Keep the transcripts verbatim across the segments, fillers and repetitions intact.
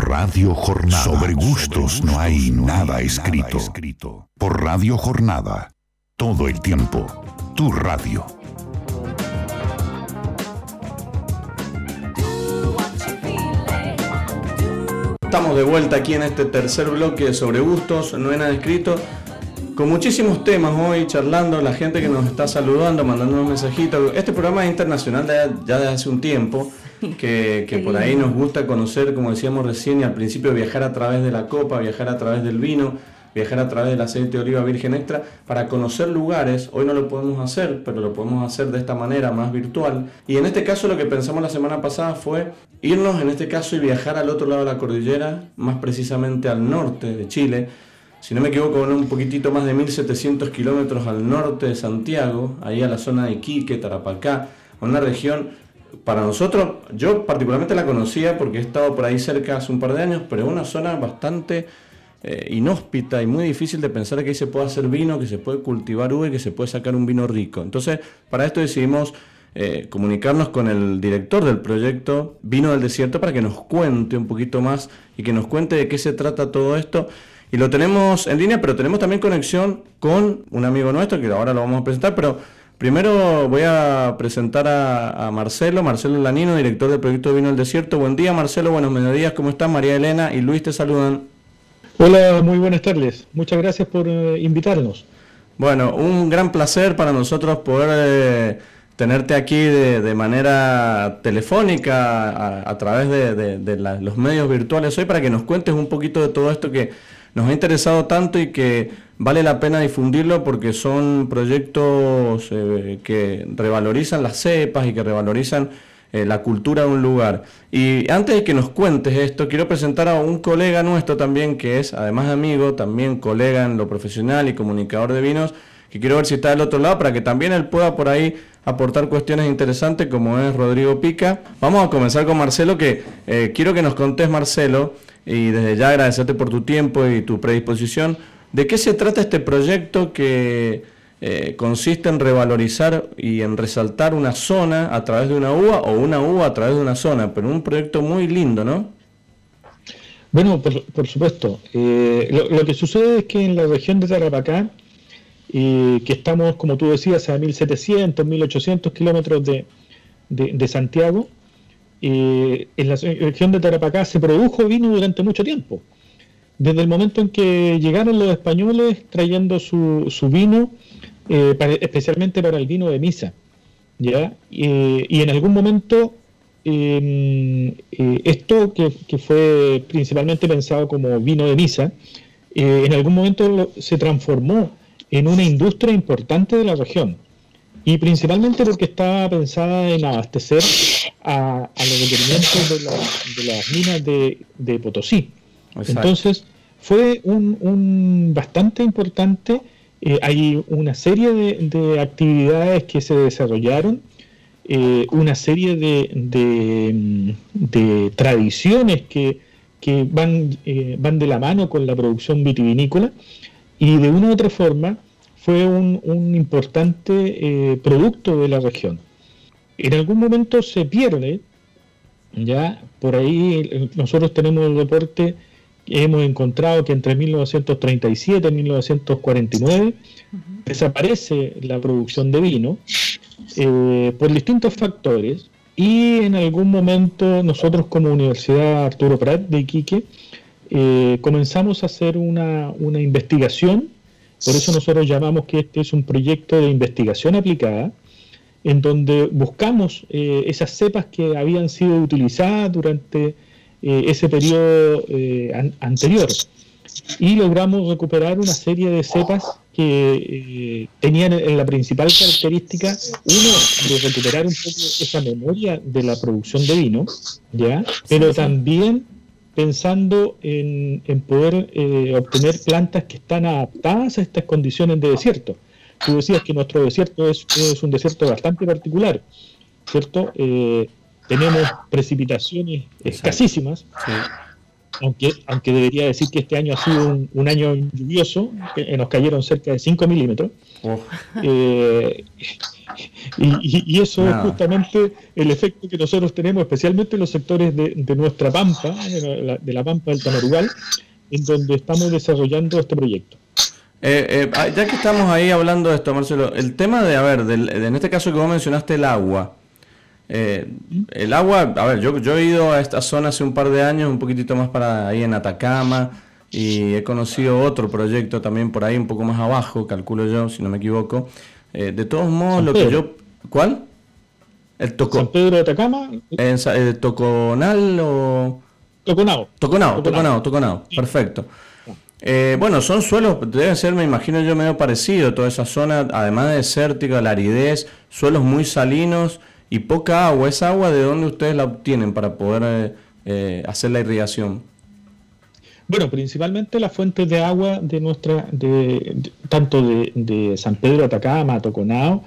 Radio Jornada. Sobre gustos no hay nada escrito. Por Radio Jornada. Todo el tiempo. Tu radio. Estamos de vuelta aquí en este tercer bloque sobre gustos, no hay nada escrito, con muchísimos temas hoy, charlando, la gente que nos está saludando, mandando un mensajito. Este programa es internacional de, ya desde hace un tiempo, que, que por ahí nos gusta conocer, como decíamos recién, y al principio viajar a través de la copa, viajar a través del vino, viajar a través del aceite de oliva virgen extra, para conocer lugares. Hoy no lo podemos hacer, pero lo podemos hacer de esta manera, más virtual. Y en este caso lo que pensamos la semana pasada fue irnos, en este caso, y viajar al otro lado de la cordillera, más precisamente al norte de Chile. Si no me equivoco, un poquitito más de mil setecientos kilómetros al norte de Santiago, ahí a la zona de Iquique, Tarapacá, una región, para nosotros, yo particularmente la conocía porque he estado por ahí cerca hace un par de años, pero es una zona bastante eh, inhóspita y muy difícil de pensar que ahí se puede hacer vino, que se puede cultivar uva y que se puede sacar un vino rico. Entonces, para esto decidimos eh, comunicarnos con el director del proyecto Vino del Desierto para que nos cuente un poquito más y que nos cuente de qué se trata todo esto. Y lo tenemos en línea, pero tenemos también conexión con un amigo nuestro, que ahora lo vamos a presentar, pero primero voy a presentar a, a Marcelo, Marcelo Lanino, director del proyecto Vino del Desierto. Buen día, Marcelo, buenos mediodías, ¿cómo estás? María Elena y Luis te saludan. Hola, muy buenas tardes, muchas gracias por eh, invitarnos. Bueno, un gran placer para nosotros poder eh, tenerte aquí de, de manera telefónica, a, a través de, de, de la, los medios virtuales hoy, para que nos cuentes un poquito de todo esto que nos ha interesado tanto y que vale la pena difundirlo porque son proyectos eh, que revalorizan las cepas y que revalorizan eh, la cultura de un lugar. Y antes de que nos cuentes esto, quiero presentar a un colega nuestro también, que es, además de amigo, también colega en lo profesional y comunicador de vinos, que quiero ver si está del otro lado para que también él pueda por ahí aportar cuestiones interesantes, como es Rodrigo Pica. Vamos a comenzar con Marcelo, que eh, quiero que nos contes, Marcelo, y desde ya agradecerte por tu tiempo y tu predisposición. ¿De qué se trata este proyecto que eh, consiste en revalorizar y en resaltar una zona a través de una uva o una uva a través de una zona? Pero un proyecto muy lindo, ¿no? Bueno, por, por supuesto. Eh, lo, lo que sucede es que en la región de Tarapacá, eh, que estamos, como tú decías, a mil setecientos, mil ochocientos kilómetros de, de, de Santiago, Eh, en la región de Tarapacá se produjo vino durante mucho tiempo, desde el momento en que llegaron los españoles trayendo su, su vino, eh, para, especialmente para el vino de misa, ¿ya? Eh, y en algún momento eh, eh, esto que, que fue principalmente pensado como vino de misa, eh, en algún momento lo, se transformó en una industria importante de la región. Y principalmente porque estaba pensada en abastecer a, a los requerimientos de, la, de las minas de, de Potosí. Exacto. Entonces, fue un, un bastante importante. Eh, hay una serie de, de actividades que se desarrollaron, eh, una serie de, de, de tradiciones que, que van, eh, van de la mano con la producción vitivinícola, y de una u otra forma fue un, un importante eh, producto de la región. En algún momento se pierde, ya por ahí nosotros tenemos el reporte que hemos encontrado que entre mil novecientos treinta y siete y mil novecientos cuarenta y nueve uh-huh. desaparece la producción de vino eh, por distintos factores, y en algún momento nosotros como Universidad Arturo Prat de Iquique eh, comenzamos a hacer una, una investigación. Por eso nosotros llamamos que este es un proyecto de investigación aplicada, en donde buscamos eh, esas cepas que habían sido utilizadas durante eh, ese periodo eh, an- anterior, y logramos recuperar una serie de cepas que eh, tenían en la principal característica, uno, de recuperar un poco esa memoria de la producción de vino, ¿ya? Pero también pensando en, en poder eh, obtener plantas que están adaptadas a estas condiciones de desierto. Tú decías que nuestro desierto es, es un desierto bastante particular, ¿cierto? Eh, tenemos precipitaciones escasísimas, sí. aunque, aunque debería decir que este año ha sido un, un año lluvioso, que nos cayeron cerca de cinco milímetros. Oh. Eh, y, y eso no. es justamente el efecto que nosotros tenemos, especialmente en los sectores de, de nuestra pampa, de la, de la pampa del Tamarugal, en donde estamos desarrollando este proyecto. Eh, eh, ya que estamos ahí hablando de esto, Marcelo, el tema de, a ver, del, de, en este caso que vos mencionaste el agua, eh, el agua, a ver, yo, yo he ido a esta zona hace un par de años, un poquitito más para ahí en Atacama, y he conocido otro proyecto también por ahí un poco más abajo, calculo yo, si no me equivoco. Eh, de todos modos, lo que yo... ¿Cuál? El Toco... ¿San Pedro de Atacama? ¿En el Toconal o...? Toconao. Toconao, Toconao, Toconao, sí. Perfecto. Eh, bueno, son suelos, deben ser, me imagino yo, medio parecido, toda esa zona, además de desértica, la aridez, suelos muy salinos y poca agua. ¿Esa agua de dónde ustedes la obtienen para poder eh, eh, hacer la irrigación? Bueno, principalmente las fuentes de agua de nuestra, de, de, tanto de, de San Pedro, Atacama, Toconao,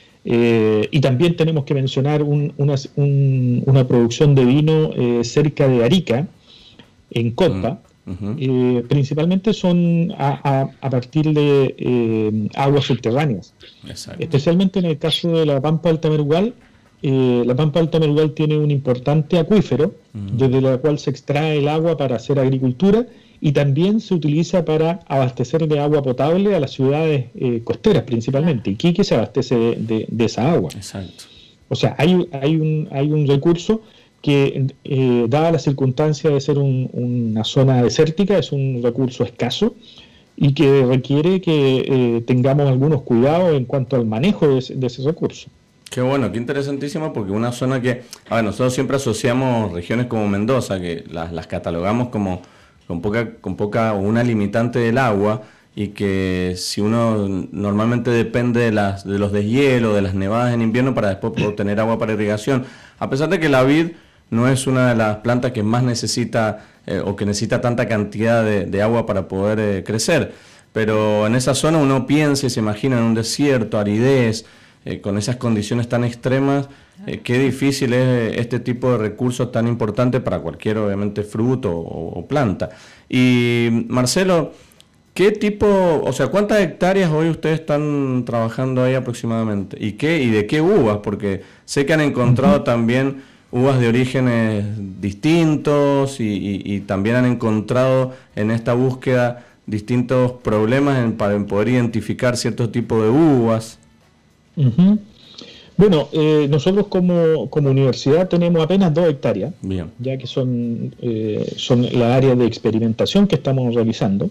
eh, y también tenemos que mencionar un, una, un, una producción de vino eh, cerca de Arica, en Cotpa. Mm, uh-huh. eh, principalmente son a, a, a partir de eh, aguas subterráneas. Exacto. Especialmente en el caso de la Pampa del Tamarugal. Eh, la Pampa del Tamarugal tiene un importante acuífero, uh-huh. desde el cual se extrae el agua para hacer agricultura y también se utiliza para abastecer de agua potable a las ciudades eh, costeras principalmente. Iquique se abastece de, de, de esa agua. Exacto. O sea, hay, hay, un, hay un recurso que, eh, dada la circunstancia de ser un, una zona desértica, es un recurso escaso y que requiere que eh, tengamos algunos cuidados en cuanto al manejo de ese, de ese recurso. Qué bueno, qué interesantísimo, porque una zona que, a ver, nosotros siempre asociamos regiones como Mendoza, que las, las catalogamos como con poca, con poca o una limitante del agua, y que si uno normalmente depende de, las, de los deshielos, de las nevadas en invierno para después poder tener agua para irrigación, a pesar de que la vid no es una de las plantas que más necesita eh, o que necesita tanta cantidad de, de agua para poder eh, crecer, pero en esa zona uno piensa y se imagina en un desierto, aridez, Eh, con esas condiciones tan extremas, eh, qué difícil es este tipo de recursos tan importantes para cualquier, obviamente, fruto o, o planta. Y, Marcelo, ¿qué tipo, o sea, cuántas hectáreas hoy ustedes están trabajando ahí aproximadamente? ¿Y qué y de qué uvas? Porque sé que han encontrado también uvas de orígenes distintos y, y, y también han encontrado en esta búsqueda distintos problemas en, para poder identificar ciertos tipos de uvas. Uh-huh. Bueno, eh, nosotros como, como universidad tenemos apenas dos hectáreas, Bien. ya que son, eh, son las áreas de experimentación que estamos realizando.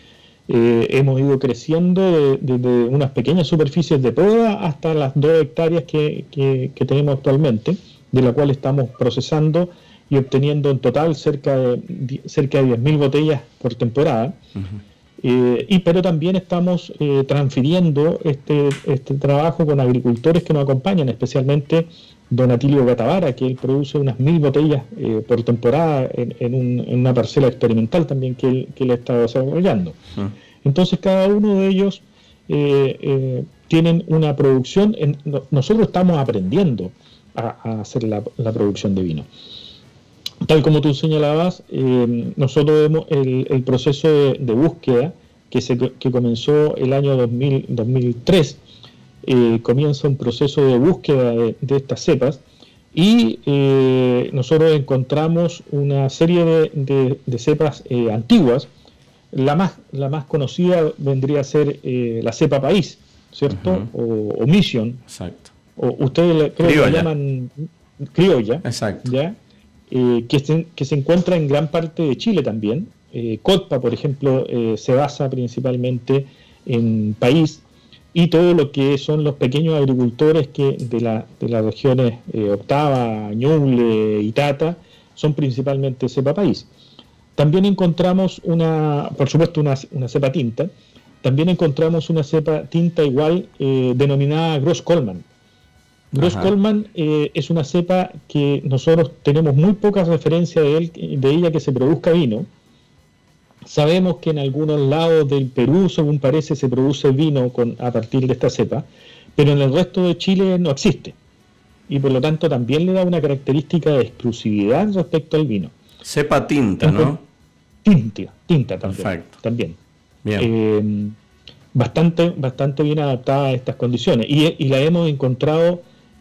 Eh, hemos ido creciendo desde de, de unas pequeñas superficies de poda hasta las dos hectáreas que, que, que tenemos actualmente, de la cual estamos procesando y obteniendo en total cerca de, cerca de diez mil botellas por temporada. Uh-huh. Eh, y pero también estamos eh, transfiriendo este, este trabajo con agricultores que nos acompañan, especialmente don Atilio Gatavara, que él produce unas mil botellas eh, por temporada en, en, un, en una parcela experimental también que él, que él está desarrollando. Uh-huh. Entonces cada uno de ellos eh, eh, tienen una producción, en, nosotros estamos aprendiendo a, a hacer la, la producción de vino. Tal como tú señalabas, eh, nosotros vemos el, el proceso de, de búsqueda que, se, que comenzó el año dos mil, dos mil tres, eh, comienza un proceso de búsqueda de, de estas cepas y eh, nosotros encontramos una serie de, de, de cepas eh, antiguas. La más, la más conocida vendría a ser eh, la cepa país, ¿cierto? Uh-huh. o, o Mission. Exacto. O ustedes creo que la llaman criolla. Exacto. ¿Ya? Eh, que, se, que se encuentra en gran parte de Chile también. Eh, Cotpa, por ejemplo, eh, se basa principalmente en país, y todo lo que son los pequeños agricultores que de, la, de las regiones eh, Octava, Ñuble, Itata, son principalmente cepa país. También encontramos una, por supuesto, una, una cepa tinta. También encontramos una cepa tinta igual eh, denominada Gross-Coleman. Gross-Coleman eh, es una cepa que nosotros tenemos muy poca referencia de, él, de ella que se produzca vino. Sabemos que en algunos lados del Perú, según parece, se produce vino con, a partir de esta cepa, pero en el resto de Chile no existe. Y por lo tanto también le da una característica de exclusividad respecto al vino. Cepa tinta, ¿no? tinta, tinta también. Perfecto. también. Bien. Eh, bastante, bastante bien adaptada a estas condiciones. Y, y la hemos encontrado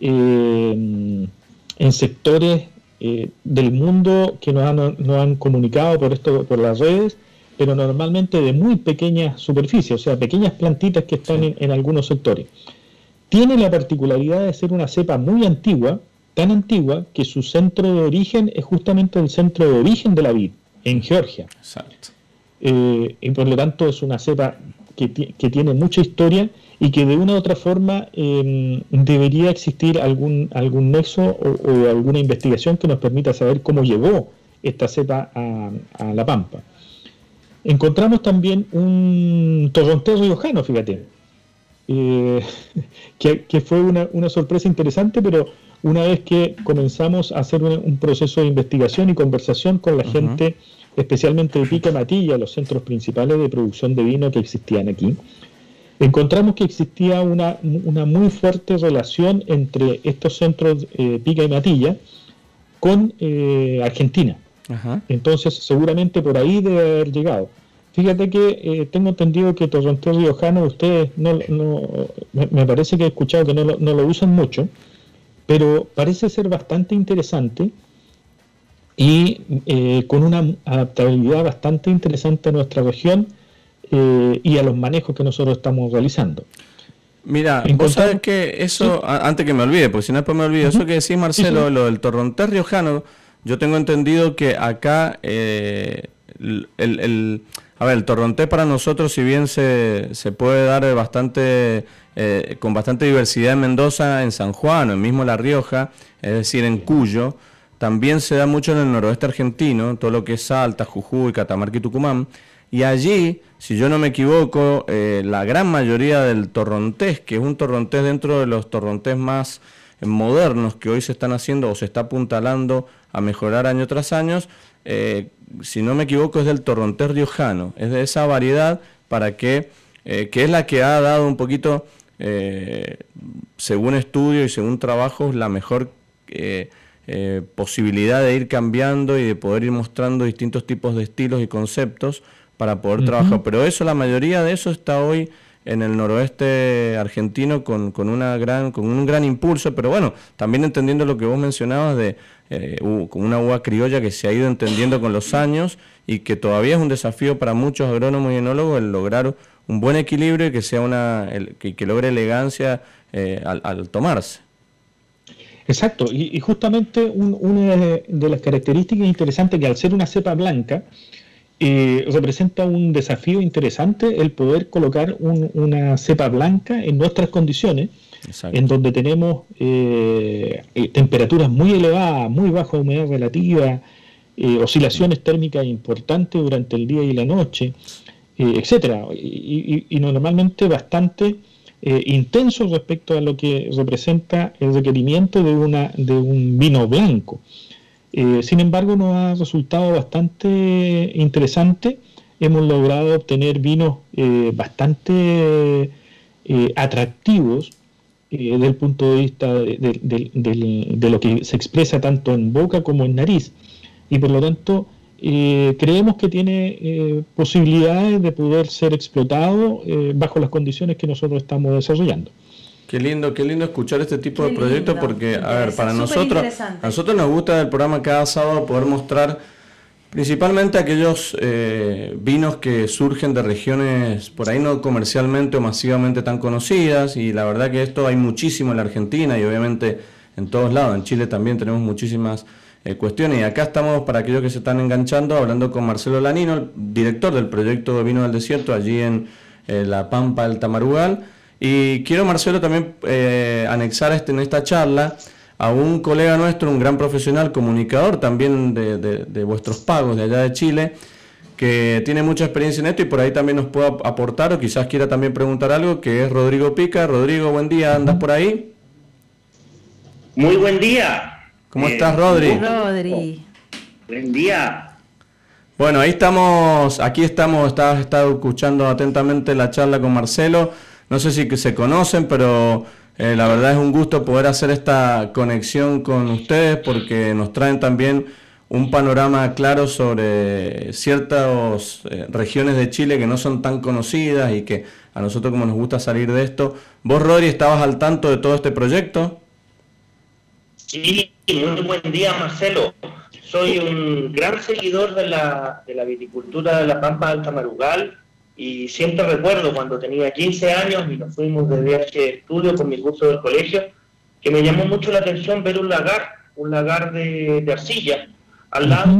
eh, en sectores eh, del mundo que nos han, nos han comunicado por esto, por las redes, pero normalmente de muy pequeñas superficies, o sea, pequeñas plantitas que están sí. en, en algunos sectores. Tiene la particularidad de ser una cepa muy antigua, tan antigua que su centro de origen es justamente el centro de origen de la vid, en Georgia. Exacto. Eh, y por lo tanto es una cepa que, que tiene mucha historia y que de una u otra forma eh, debería existir algún, algún nexo o, o alguna investigación que nos permita saber cómo llegó esta cepa a, a La Pampa. Encontramos también un torrontés riojano, fíjate, eh, que, que fue una, una sorpresa interesante, pero una vez que comenzamos a hacer un, un proceso de investigación y conversación con la uh-huh. gente, especialmente de Pica y Matilla, los centros principales de producción de vino que existían aquí, encontramos que existía una, una muy fuerte relación entre estos centros eh, Pica y Matilla con eh, Argentina. Uh-huh. Entonces seguramente por ahí debe haber llegado. Fíjate que eh, tengo entendido que torrontés riojano ustedes no, no me, me parece que he escuchado que no lo, no lo usan mucho, pero parece ser bastante interesante y eh, con una adaptabilidad bastante interesante a nuestra región eh, y a los manejos que nosotros estamos realizando. Mira, vos sabés que eso, ¿sí? antes que me olvide, porque si no después me olvido, uh-huh. eso que decís, Marcelo, sí, sí. lo del torrontés riojano, yo tengo entendido que acá eh, el, el, el, a ver, el torrontés para nosotros, si bien se, se puede dar bastante, eh, con bastante diversidad en Mendoza, en San Juan, o en mismo La Rioja, es decir, en Cuyo, también se da mucho en el noroeste argentino, todo lo que es Salta, Jujuy, Catamarca y Tucumán, y allí, si yo no me equivoco, eh, la gran mayoría del torrontés, que es un torrontés dentro de los torrontés más eh, modernos que hoy se están haciendo o se está apuntalando a mejorar año tras año, eh, si no me equivoco es del torrontés riojano, es de esa variedad para que, eh, que es la que ha dado un poquito, eh, según estudios y según trabajos, la mejor eh, eh, posibilidad de ir cambiando y de poder ir mostrando distintos tipos de estilos y conceptos para poder uh-huh. trabajar, pero eso, la mayoría de eso está hoy en el noroeste argentino con, con una gran con un gran impulso, pero bueno, también entendiendo lo que vos mencionabas de eh, uh, con una uva criolla que se ha ido entendiendo con los años y que todavía es un desafío para muchos agrónomos y enólogos el lograr un buen equilibrio y que sea una el, que, que logre elegancia eh, al, al tomarse. Exacto, y, y justamente un, una de, de las características interesantes que al ser una cepa blanca Eh, representa un desafío interesante el poder colocar un, una cepa blanca en nuestras condiciones. Exacto. En donde tenemos eh, eh, temperaturas muy elevadas, muy baja humedad relativa, eh, oscilaciones térmicas importantes durante el día y la noche, eh, etcétera, y, y, y normalmente bastante eh, intensos respecto a lo que representa el requerimiento de, una, de un vino blanco. Eh, sin embargo, nos ha resultado bastante interesante. Hemos logrado obtener vinos eh, bastante eh, atractivos eh, desde el punto de vista de, de, de, de, de lo que se expresa tanto en boca como en nariz. Y por lo tanto, eh, creemos que tiene eh, posibilidades de poder ser explotado eh, bajo las condiciones que nosotros estamos desarrollando. Qué lindo, qué lindo escuchar este tipo qué de proyectos lindo, porque, a ver, para nosotros, a nosotros nos gusta el programa cada sábado poder mostrar principalmente aquellos eh, vinos que surgen de regiones por ahí no comercialmente o masivamente tan conocidas, y la verdad que esto hay muchísimo en la Argentina y obviamente en todos lados, en Chile también tenemos muchísimas eh, cuestiones, y acá estamos para aquellos que se están enganchando hablando con Marcelo Lanino, el director del proyecto de Vino del Desierto allí en eh, La Pampa del Tamarugal. Y quiero, Marcelo, también eh, anexar este, en esta charla a un colega nuestro, un gran profesional, comunicador también de, de, de vuestros pagos de allá de Chile, que tiene mucha experiencia en esto y por ahí también nos pueda aportar o quizás quiera también preguntar algo, que es Rodrigo Pica. Rodrigo, buen día, ¿andas por ahí? Muy buen día. ¿Cómo eh, estás, Rodri? Rodri. Buen día. Bueno, ahí estamos, aquí estamos, estás estado escuchando atentamente la charla con Marcelo. No sé si se conocen, pero eh, la verdad es un gusto poder hacer esta conexión con ustedes porque nos traen también un panorama claro sobre ciertas eh, regiones de Chile que no son tan conocidas y que a nosotros como nos gusta salir de esto. ¿Vos, Rodri, estabas al tanto de todo este proyecto? Sí, muy buen día, Marcelo. Soy un gran seguidor de la, de la viticultura de la Pampa de Alta Marugal y siempre recuerdo cuando tenía quince años y nos fuimos de viaje de estudio con mi curso del colegio, que me llamó mucho la atención ver un lagar, un lagar de, de arcilla, al lado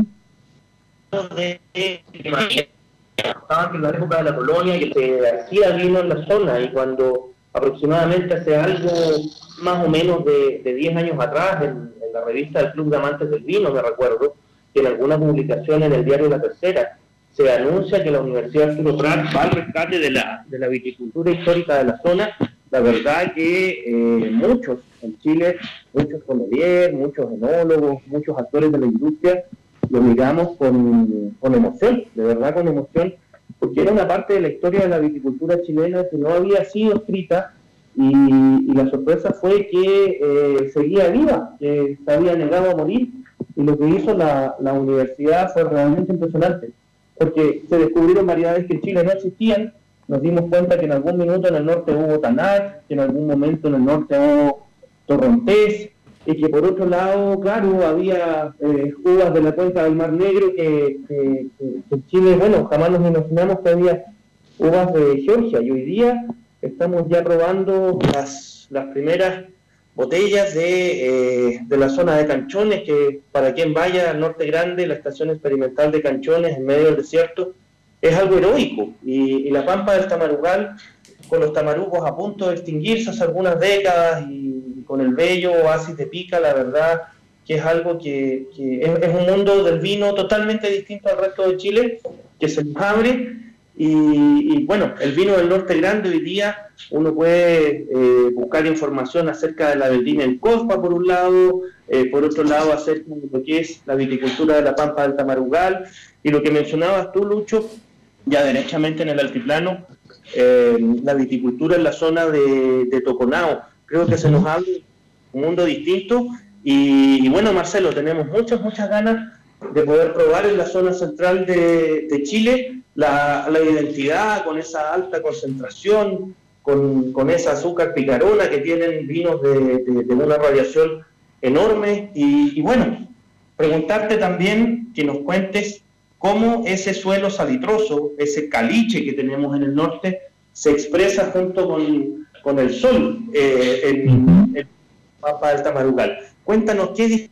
de, de, de María. Estaban en la época de la colonia que se hacía vino en la zona, y cuando aproximadamente hace algo más o menos de, de diez años atrás, en, en la revista del Club de Amantes del Vino, me recuerdo, que en alguna publicación en el diario La Tercera se anuncia que la Universidad Arturo Prat va al rescate de la, de la viticultura histórica de la zona. La verdad que eh, muchos en Chile, muchos sommeliers, muchos enólogos, muchos actores de la industria, lo miramos con, con emoción, de verdad con emoción, porque era una parte de la historia de la viticultura chilena que no había sido escrita, y, y la sorpresa fue que eh, seguía viva, que se había negado a morir, y lo que hizo la, la universidad fue realmente impresionante, porque se descubrieron variedades que en Chile no existían. Nos dimos cuenta que en algún minuto en el norte hubo Tanat, que en algún momento en el norte hubo Torrontés, y que por otro lado, claro, había eh, uvas de la cuenca del Mar Negro que, que, que, que en Chile, bueno, jamás nos imaginamos que había uvas de Georgia, y hoy día estamos ya probando las, las primeras botellas de, eh, de la zona de Canchones, que para quien vaya al Norte Grande, la estación experimental de Canchones en medio del desierto, es algo heroico, y, y la Pampa del Tamarugal, con los tamarugos a punto de extinguirse hace algunas décadas, y con el bello oasis de Pica, la verdad que es algo que, que es, es un mundo del vino totalmente distinto al resto de Chile, que se nos abre. Y, y bueno, el vino del Norte Grande hoy día uno puede eh, buscar información acerca de la vendimia en Cospa por un lado, eh, por otro lado acerca de lo que es la viticultura de la Pampa del Tamarugal, y lo que mencionabas tú, Lucho, ya derechamente en el altiplano, eh, la viticultura en la zona de, de Toconao. Creo que se nos abre un mundo distinto, y, y bueno, Marcelo, tenemos muchas, muchas ganas de poder probar en la zona central de, de Chile la, la identidad con esa alta concentración, con, con esa azúcar picarona que tienen vinos de, de, de una radiación enorme. Y, y bueno, preguntarte también que nos cuentes cómo ese suelo salitroso, ese caliche que tenemos en el norte, se expresa junto con, con el sol eh, en el Pampa del Tamarugal. Cuéntanos qué diferencia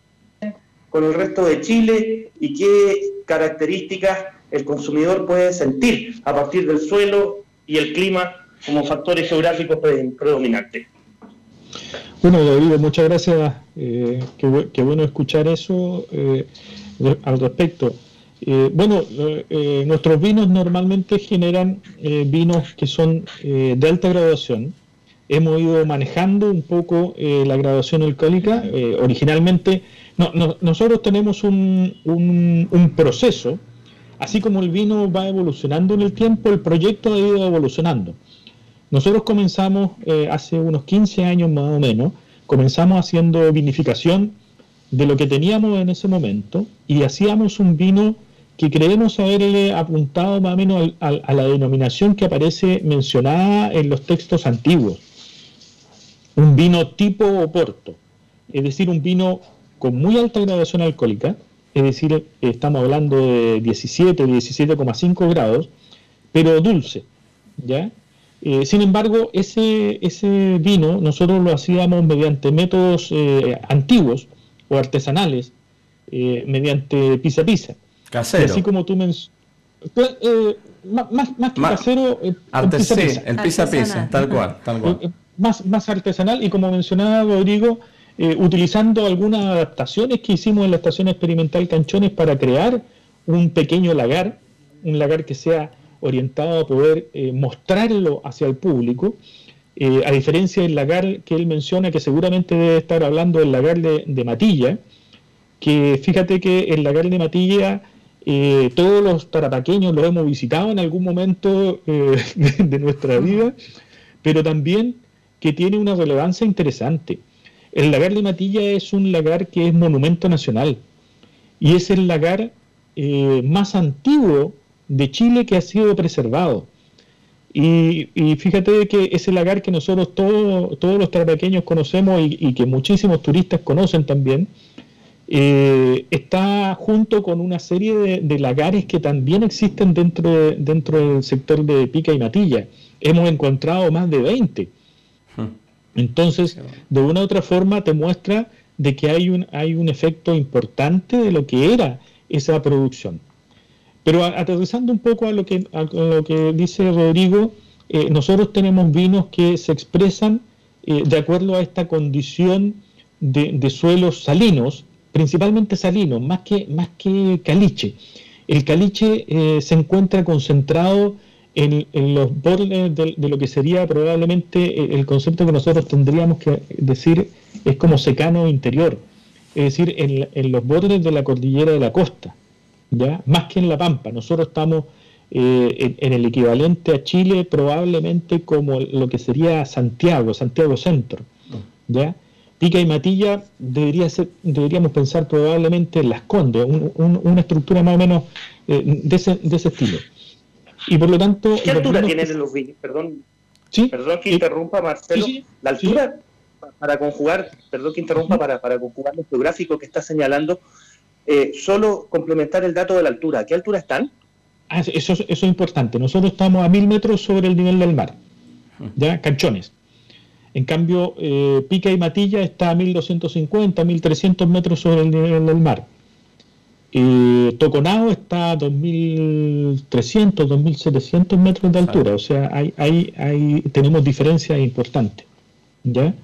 con el resto de Chile y qué características el consumidor puede sentir a partir del suelo y el clima como factores geográficos predominantes. Bueno, Rodrigo, muchas gracias. Eh, qué, qué bueno escuchar eso eh, al respecto. Eh, bueno, eh, nuestros vinos normalmente generan eh, vinos que son eh, de alta graduación. Hemos ido manejando un poco eh, la graduación alcohólica. Eh, originalmente, no, no, nosotros tenemos un, un, un proceso. Así como el vino va evolucionando en el tiempo, el proyecto ha ido evolucionando. Nosotros comenzamos eh, hace unos quince años más o menos, comenzamos haciendo vinificación de lo que teníamos en ese momento, y hacíamos un vino que creemos haberle apuntado más o menos al, al, a la denominación que aparece mencionada en los textos antiguos. Un vino tipo Oporto, es decir, un vino con muy alta graduación alcohólica, es decir, estamos hablando de diecisiete, diecisiete coma cinco grados, pero dulce, ¿ya? Eh, sin embargo, ese, ese vino nosotros lo hacíamos mediante métodos eh, antiguos o artesanales, eh, mediante pisa pisa. Casero. Y así como tú mencionas, eh, más, más que Ma casero, eh, Artes el pisa pisa. Sí, el pisa pisa, tal cual, tal cual. Eh, más, más artesanal, y como mencionaba Rodrigo, Eh, utilizando algunas adaptaciones que hicimos en la estación experimental Canchones para crear un pequeño lagar, un lagar que sea orientado a poder eh, mostrarlo hacia el público, eh, a diferencia del lagar que él menciona, que seguramente debe estar hablando del lagar de, de Matilla, que fíjate que el lagar de Matilla, eh, todos los tarapaqueños lo hemos visitado en algún momento eh, de, de nuestra vida, pero también que tiene una relevancia interesante. El lagar de Matilla es un lagar que es monumento nacional, y es el lagar eh, más antiguo de Chile que ha sido preservado. Y, y fíjate que ese lagar que nosotros todos, todos los tarapaqueños conocemos y, y que muchísimos turistas conocen también, eh, está junto con una serie de, de lagares que también existen dentro, de, dentro del sector de Pica y Matilla. Hemos encontrado más de veinte. Entonces, de una u otra forma te muestra de que hay un, hay un efecto importante de lo que era esa producción. Pero aterrizando un poco a lo que, a lo que dice Rodrigo, eh, nosotros tenemos vinos que se expresan eh, de acuerdo a esta condición de, de suelos salinos, principalmente salinos, más que, más que caliche. El caliche eh, se encuentra concentrado en, en los bordes de, de lo que sería probablemente el concepto que nosotros tendríamos que decir es como secano interior, es decir, en, en los bordes de la cordillera de la costa. ¿Ya? Más que en La Pampa. Nosotros estamos eh, en, en el equivalente a Chile probablemente como lo que sería Santiago, Santiago Centro. ¿Ya? Pica y Matilla debería ser, deberíamos pensar probablemente en Las Condes, un, un, una estructura más o menos eh, de, ese, de ese estilo. Y por lo tanto... ¿Qué altura tienen que... los vinos? Perdón, ¿Sí? perdón que interrumpa, Marcelo. ¿Sí? La altura sí. para conjugar, perdón que interrumpa, para, para conjugar el geográfico que está señalando. Eh, solo complementar el dato de la altura. ¿A qué altura están? Ah, eso, eso es importante. Nosotros estamos a mil metros sobre el nivel del mar, ya, Canchones. En cambio, eh, Pica y Matilla está a mil doscientos cincuenta, mil trescientos metros sobre el nivel del mar. Eh, Toconao está a dos mil trescientos, dos mil setecientos metros de altura. O sea, hay, hay, hay, tenemos diferencias importantes, ¿ya?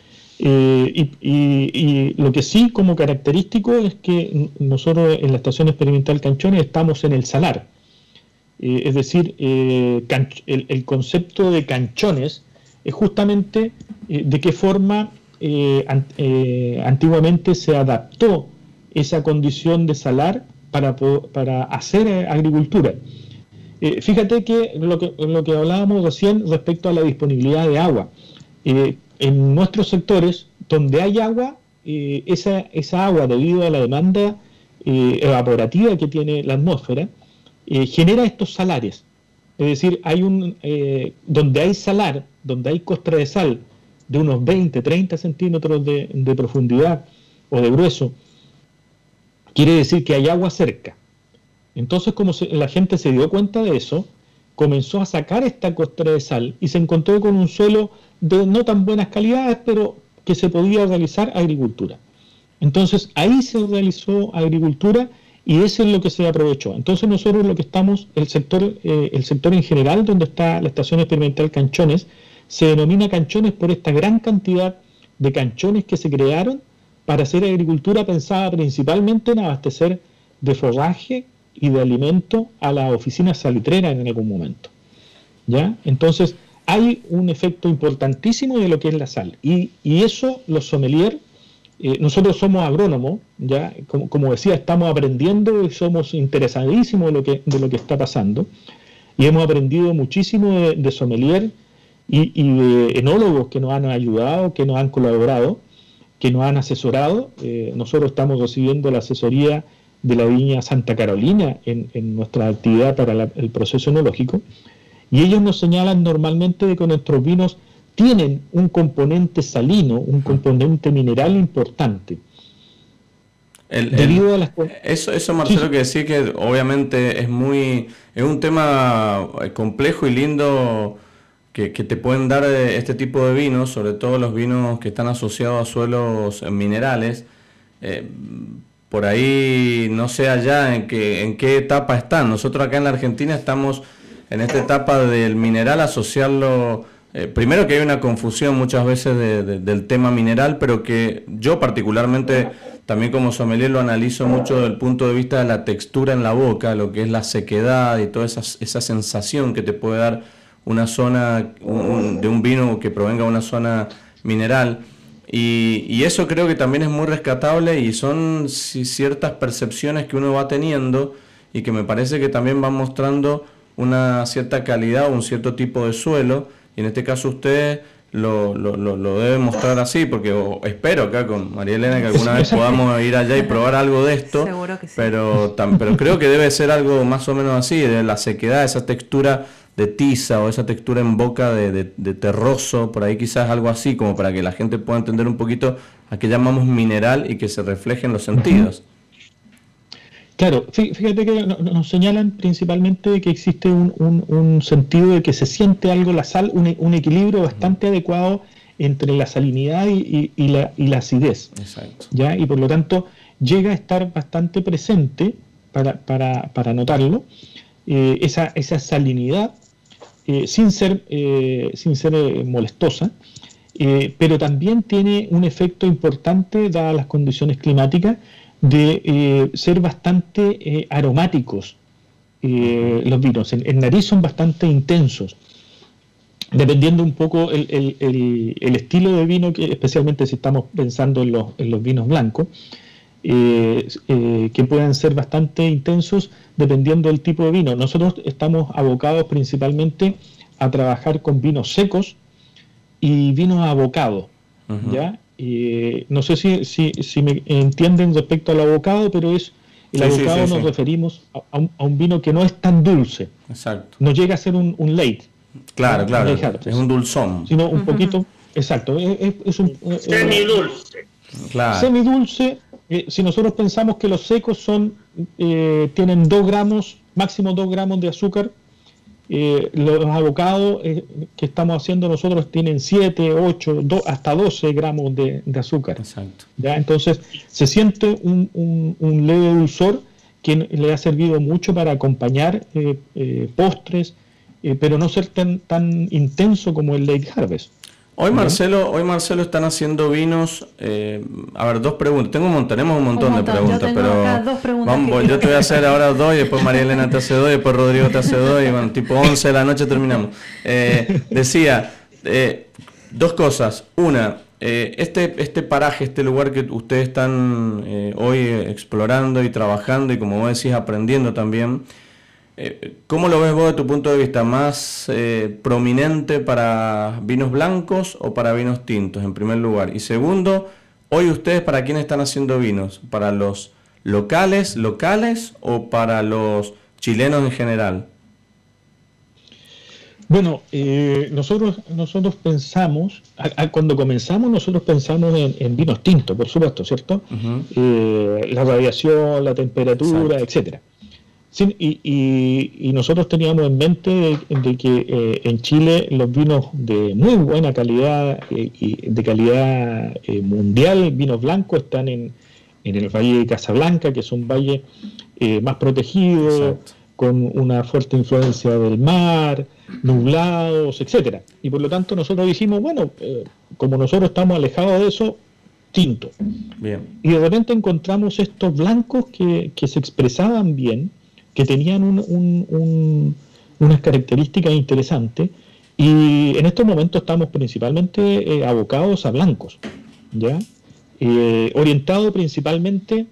Eh, y, y, y lo que sí como característico es que nosotros en la Estación Experimental Canchones estamos en el salar, eh, es decir, eh, canch el, el concepto de canchones es justamente eh, de qué forma eh, an eh, antiguamente se adaptó esa condición de salar para, para hacer eh, agricultura. Eh, fíjate que lo, que lo que hablábamos recién respecto a la disponibilidad de agua. Eh, En nuestros sectores, donde hay agua, eh, esa, esa agua, debido a la demanda eh, evaporativa que tiene la atmósfera, eh, genera estos salares. Es decir, hay un eh, donde hay salar, donde hay costra de sal de unos veinte, treinta centímetros de, de profundidad o de grueso, quiere decir que hay agua cerca. Entonces, como se, la gente se dio cuenta de eso, comenzó a sacar esta costra de sal y se encontró con un suelo de no tan buenas calidades, pero que se podía realizar agricultura. Entonces ahí se realizó agricultura y eso es lo que se aprovechó. Entonces nosotros lo que estamos, el sector, eh, el sector en general donde está la Estación Experimental Canchones, se denomina Canchones por esta gran cantidad de canchones que se crearon para hacer agricultura pensada principalmente en abastecer de forraje y de alimento a las oficinas salitreras en algún momento. ¿Ya? Entonces hay un efecto importantísimo de lo que es la sal. Y, y eso, los sommeliers, eh, nosotros somos agrónomos, ya como, como decía, estamos aprendiendo y somos interesadísimos de lo que, de lo que está pasando. Y hemos aprendido muchísimo de, de sommeliers y, y de enólogos que nos han ayudado, que nos han colaborado, que nos han asesorado. Eh, nosotros estamos recibiendo la asesoría de la viña Santa Carolina en, en nuestra actividad para la, el proceso enológico. Y ellos nos señalan normalmente de que nuestros vinos tienen un componente salino, un componente mineral importante. El, el, a las... Eso, eso Marcelo, sí, que decir que obviamente es muy es un tema complejo y lindo que, que te pueden dar este tipo de vinos, sobre todo los vinos que están asociados a suelos minerales. Eh, por ahí no sé allá en qué, en qué etapa están. Nosotros acá en la Argentina estamos en esta etapa del mineral, asociarlo, eh, primero que hay una confusión muchas veces de, de, del tema mineral, pero que yo particularmente también como sommelier lo analizo mucho desde el punto de vista de la textura en la boca, lo que es la sequedad y toda esa, esa sensación que te puede dar una zona, un, de un vino que provenga de una zona mineral. Y, y eso creo que también es muy rescatable y son si, ciertas percepciones que uno va teniendo y que me parece que también van mostrando una cierta calidad o un cierto tipo de suelo, y en este caso ustedes lo, lo, lo, lo debe mostrar así, porque o, espero acá con María Elena que alguna vez podamos ir allá y probar algo de esto. Seguro que sí. Pero, tam, pero creo que debe ser algo más o menos así, de la sequedad, esa textura de tiza o esa textura en boca de, de, de terroso, por ahí quizás algo así, como para que la gente pueda entender un poquito a qué llamamos mineral y que se refleje en los sentidos. Claro, fíjate que nos señalan principalmente que existe un, un, un sentido de que se siente algo la sal, un, un equilibrio bastante adecuado entre la salinidad y, y, y, la, y la acidez. Exacto. ¿Ya? Y por lo tanto llega a estar bastante presente, para, para, para notarlo, eh, esa, esa salinidad, eh, sin ser, eh, sin ser eh, molestosa, eh, pero también tiene un efecto importante, dadas las condiciones climáticas, de eh, ser bastante eh, aromáticos eh, los vinos. En, en nariz son bastante intensos, dependiendo un poco el, el, el, el estilo de vino, que especialmente si estamos pensando en los, en los vinos blancos, eh, eh, que puedan ser bastante intensos dependiendo del tipo de vino. Nosotros estamos abocados principalmente a trabajar con vinos secos y vinos abocados, uh-huh. ¿ya? Eh, no sé si, si, si me entienden respecto al abocado, pero es el sí, abocado sí, sí, nos sí. referimos a, a, un, a un vino que no es tan dulce. Exacto. No llega a ser un, un late. Claro, claro. Es un dulzón. Sino un uh-huh. poquito, exacto. Es, es, es un semidulce. Claro. Semidulce. Eh, si nosotros pensamos que los secos son eh, tienen dos gramos, máximo dos gramos de azúcar, Eh, los abocados eh, que estamos haciendo nosotros tienen siete, ocho, do, hasta doce gramos de, de azúcar. Exacto. ¿Ya? Entonces se siente un, un, un leve dulzor que le ha servido mucho para acompañar eh, eh, postres, eh, pero no ser tan, tan intenso como el Late Harvest. Hoy Marcelo, hoy Marcelo están haciendo vinos. Eh, a ver, dos preguntas. Tengo un montón, tenemos un montón, un montón. de preguntas, yo pero acá dos preguntas vamos, yo te voy a hacer ahora dos y después María Elena te hace dos y después Rodrigo te hace dos y bueno, tipo once de la noche terminamos. Eh, decía, eh, dos cosas. Una, eh, este, este paraje, este lugar que ustedes están eh, hoy explorando y trabajando y como vos decís, aprendiendo también. ¿Cómo lo ves vos de tu punto de vista? ¿Más eh, prominente para vinos blancos o para vinos tintos, en primer lugar? Y segundo, hoy ustedes, ¿para quién están haciendo vinos? ¿Para los locales, locales o para los chilenos en general? Bueno, eh, nosotros nosotros pensamos, a, a, cuando comenzamos nosotros pensamos en, en vinos tintos, por supuesto, ¿cierto? Uh-huh. Eh, la radiación, la temperatura, Exacto. etcétera. Sí, y, y, y nosotros teníamos en mente de, de que eh, en Chile los vinos de muy buena calidad eh, y de calidad eh, mundial, vinos blancos, están en, en el Valle de Casablanca, que es un valle eh, más protegido, Exacto. con una fuerte influencia del mar, nublados, etcétera. Y por lo tanto nosotros dijimos, bueno, eh, como nosotros estamos alejados de eso, tinto. Bien. Y de repente encontramos estos blancos que, que se expresaban bien, que tenían un, un, un, unas características interesantes, y en estos momentos estamos principalmente eh, abocados a blancos, ¿ya? Eh, orientado principalmente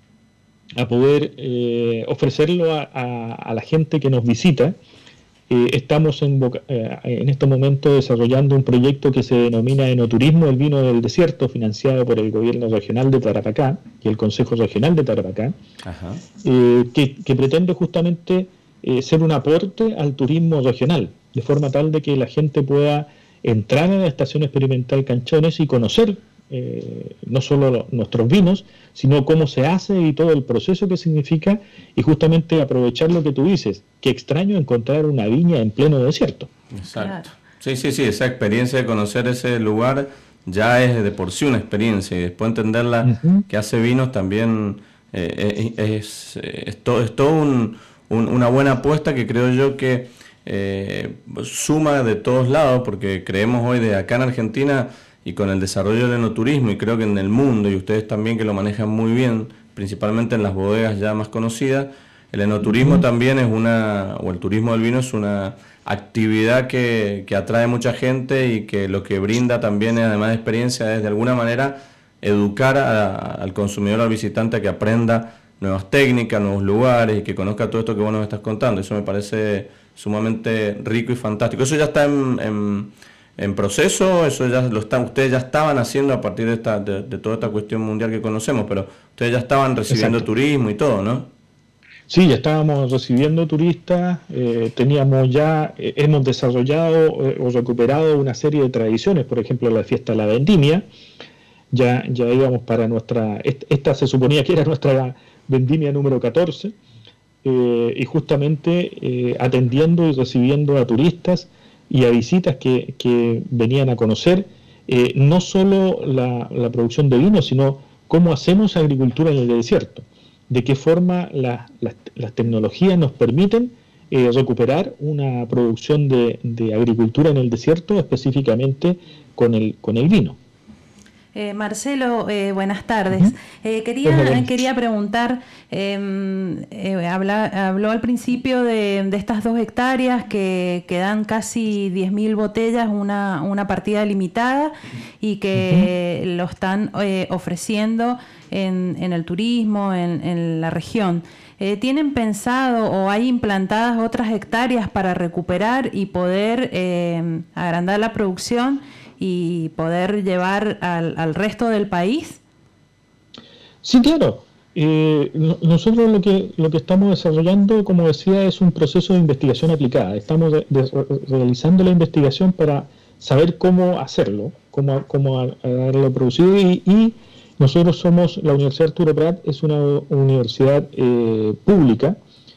a poder eh, ofrecerlo a, a, a la gente que nos visita. Eh, estamos en, eh, en estos momentos desarrollando un proyecto que se denomina Enoturismo, el vino del desierto, financiado por el gobierno regional de Tarapacá y el Consejo Regional de Tarapacá, Ajá. Eh, que, que pretende justamente eh, ser un aporte al turismo regional, de forma tal de que la gente pueda entrar a la Estación Experimental Canchones y conocer eh, no solo nuestros vinos, sino cómo se hace y todo el proceso que significa, y justamente aprovechar lo que tú dices, que extraño encontrar una viña en pleno desierto. Exacto. Sí, sí, sí, esa experiencia de conocer ese lugar ya es de por sí una experiencia, y después entenderla uh-huh. que hace vinos también eh, es, es, es todo, es todo un, un, una buena apuesta que creo yo que eh, suma de todos lados, porque creemos hoy de acá en Argentina y con el desarrollo del enoturismo, y creo que en el mundo, y ustedes también que lo manejan muy bien, principalmente en las bodegas ya más conocidas, el enoturismo uh-huh. también es una, o el turismo del vino es una actividad que, que atrae mucha gente, y que lo que brinda también, además de experiencia, es de alguna manera educar a, al consumidor, al visitante, a que aprenda nuevas técnicas, nuevos lugares, y que conozca todo esto que vos nos estás contando. Eso me parece sumamente rico y fantástico. Eso ya está en... en en proceso? Eso ya lo está, ustedes ya estaban haciendo a partir de, esta, de, de toda esta cuestión mundial que conocemos, pero ustedes ya estaban recibiendo Exacto. turismo y todo, ¿no? Sí, ya estábamos recibiendo turistas, eh, teníamos ya, eh, hemos desarrollado eh, o recuperado una serie de tradiciones, por ejemplo la fiesta de la vendimia, ya, ya íbamos para nuestra, esta se suponía que era nuestra vendimia número catorce, eh, y justamente eh, atendiendo y recibiendo a turistas y a visitas que, que venían a conocer eh, no solo la, la producción de vino, sino cómo hacemos agricultura en el desierto, de qué forma la, las, las tecnologías nos permiten eh, recuperar una producción de, de agricultura en el desierto, específicamente con el, con el vino. Eh, Marcelo, eh, buenas tardes. Uh-huh. Eh, quería, quería preguntar, eh, eh, habla, habló al principio de, de estas dos hectáreas que, que dan casi diez mil botellas, una, una partida limitada y que uh-huh. lo están eh, ofreciendo en, en el turismo, en, en la región. Eh, ¿Tienen pensado o hay implantadas otras hectáreas para recuperar y poder eh, agrandar la producción y poder llevar al, al resto del país? Sí, claro. Eh, nosotros lo que lo que estamos desarrollando, como decía, es un proceso de investigación aplicada. Estamos de, de, realizando la investigación para saber cómo hacerlo, cómo, cómo haberlo producido y, y nosotros somos, la Universidad Arturo Prat es una universidad eh, pública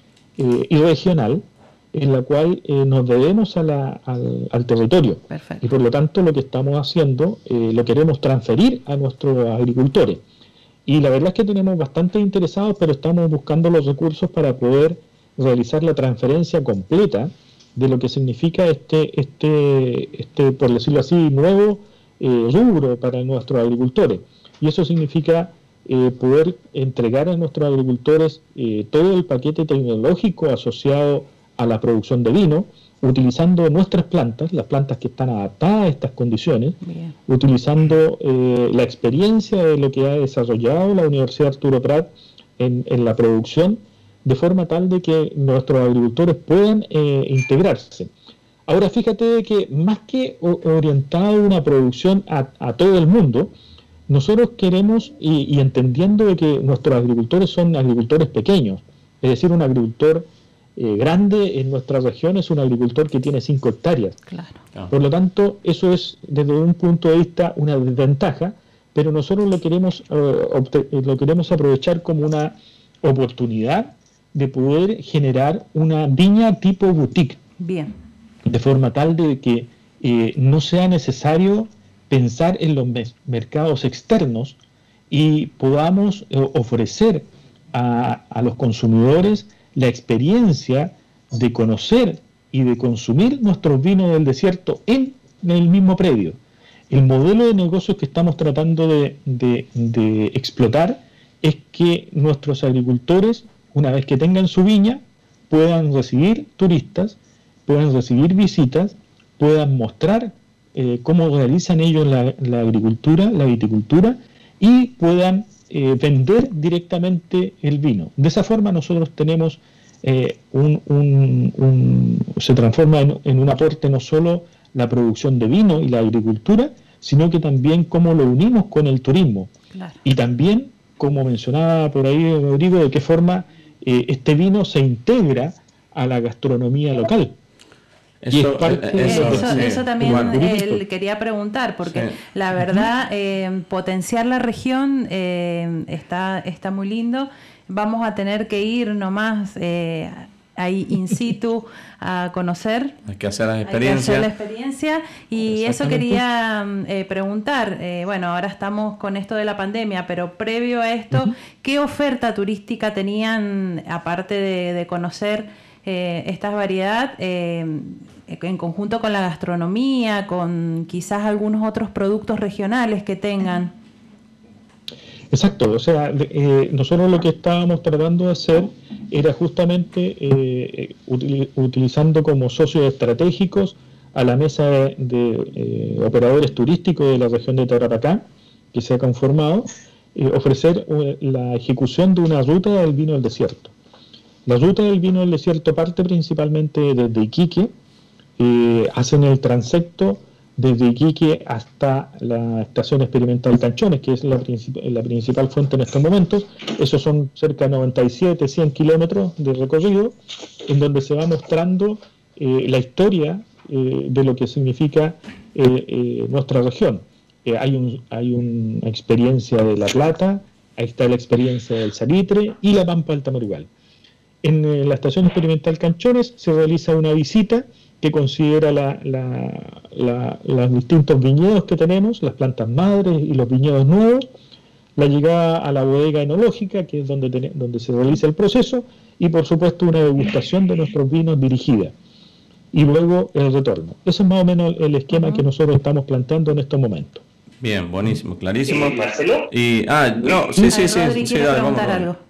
eh, y regional, en la cual eh, nos debemos a la, al, al territorio. Perfecto. Y por lo tanto lo que estamos haciendo eh, lo queremos transferir a nuestros agricultores. Y la verdad es que tenemos bastante interesados, pero estamos buscando los recursos para poder realizar la transferencia completa de lo que significa este, este, este por decirlo así, nuevo eh, rubro para nuestros agricultores. Y eso significa eh, poder entregar a nuestros agricultores eh, todo el paquete tecnológico asociado a la producción de vino, utilizando nuestras plantas, las plantas que están adaptadas a estas condiciones, Bien. utilizando eh, la experiencia de lo que ha desarrollado la Universidad Arturo Prat en, en la producción, de forma tal de que nuestros agricultores puedan eh, integrarse. Ahora fíjate que más que orientado a una producción a, a todo el mundo, nosotros queremos, y, y entendiendo de que nuestros agricultores son agricultores pequeños, es decir, un agricultor eh, grande en nuestra región es un agricultor que tiene cinco hectáreas. Claro. Por lo tanto, eso es desde un punto de vista una desventaja, pero nosotros lo queremos, eh, lo queremos aprovechar como una oportunidad de poder generar una viña tipo boutique. Bien. De forma tal de que eh, no sea necesario pensar en los mercados externos y podamos eh, ofrecer a, a los consumidores la experiencia de conocer y de consumir nuestros vinos del desierto en, en el mismo predio. El modelo de negocios que estamos tratando de, de, de explotar es que nuestros agricultores, una vez que tengan su viña, puedan recibir turistas, puedan recibir visitas, puedan mostrar eh, cómo realizan ellos la, la agricultura, la viticultura, y puedan eh, vender directamente el vino. De esa forma nosotros tenemos eh, un, un, un, se transforma en, en un aporte no solo la producción de vino y la agricultura, sino que también cómo lo unimos con el turismo. Claro. Y también, como mencionaba por ahí Rodrigo, de qué forma eh, este vino se integra a la gastronomía local. Eso, y es parte eso, de, eso, sí. eso también bueno. él quería preguntar, porque sí. la verdad, eh, potenciar la región eh, está, está muy lindo. Vamos a tener que ir nomás eh, ahí in situ a conocer. Hay que hacer las experiencias. Hay que hacer la experiencia. Y eso quería eh, preguntar. Eh, bueno, ahora estamos con esto de la pandemia, pero previo a esto, uh-huh. ¿qué oferta turística tenían, aparte de, de conocer eh, esta variedad, eh, en conjunto con la gastronomía, con quizás algunos otros productos regionales que tengan? Exacto, o sea, eh, nosotros lo que estábamos tratando de hacer era justamente eh, util, utilizando como socios estratégicos a la mesa de, de eh, operadores turísticos de la región de Tarapacá, que se ha conformado, eh, ofrecer uh, la ejecución de una ruta del vino del desierto. La ruta del vino del desierto parte principalmente desde Iquique, eh, hacen el transecto desde Iquique hasta la estación experimental Canchones, que es la, princip la principal fuente en estos momentos. Esos son cerca de noventa y siete, cien kilómetros de recorrido, en donde se va mostrando eh, la historia eh, de lo que significa eh, eh, nuestra región. Eh, hay, un, hay una experiencia de La Plata, ahí está la experiencia del Salitre y la Pampa del Tamarugal. En eh, la estación experimental Canchones se realiza una visita que considera la, la, la, los distintos viñedos que tenemos, las plantas madres y los viñedos nuevos, la llegada a la bodega enológica, que es donde, ten, donde se realiza el proceso, y por supuesto una degustación de nuestros vinos dirigida, y luego el retorno. Ese es más o menos el esquema uh-huh. que nosotros estamos planteando en estos momentos. Bien, buenísimo, clarísimo. ¿Eh, Marcelo? Y, ah, no, sí, sí, sí. Rodri, sí, quiere dale, preguntar vamos, algo.